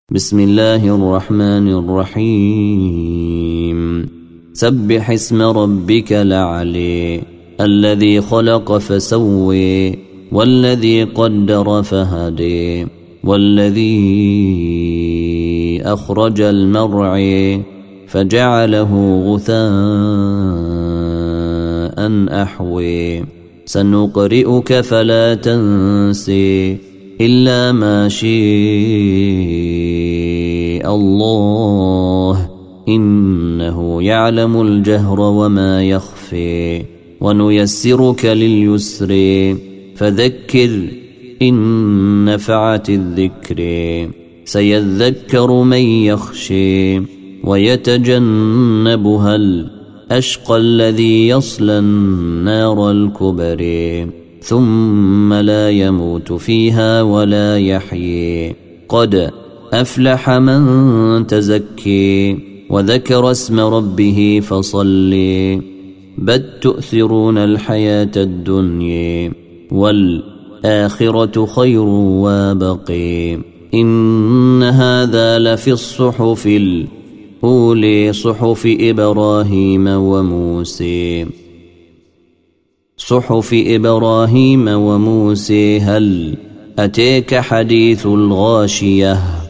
بسم الله الرحمن الرحيم سبح اسم ربك الأعلى الذي خلق فسوي والذي قدر فهدي والذي أخرج المرعى فجعله غثاء أحوي سنقرئك فلا تنسي إلا ما شاء الله إنه يعلم الجهر وما يخفي ونيسرك لليسر فذكر إن نفعت الذكر سيذكر من يخشي ويتجنبها الأشقى الذي يصلى النار الكبرى ثم لا يموت فيها ولا يحيي قد أفلح من تزكي وذكر اسم ربه فصلي بل تؤثرون الحياة الدنيا والآخرة خير وابقي إن هذا لفي الصحف الأولى صحف إبراهيم وموسى صحف إبراهيم وموسى هل أتيك حديث الغاشية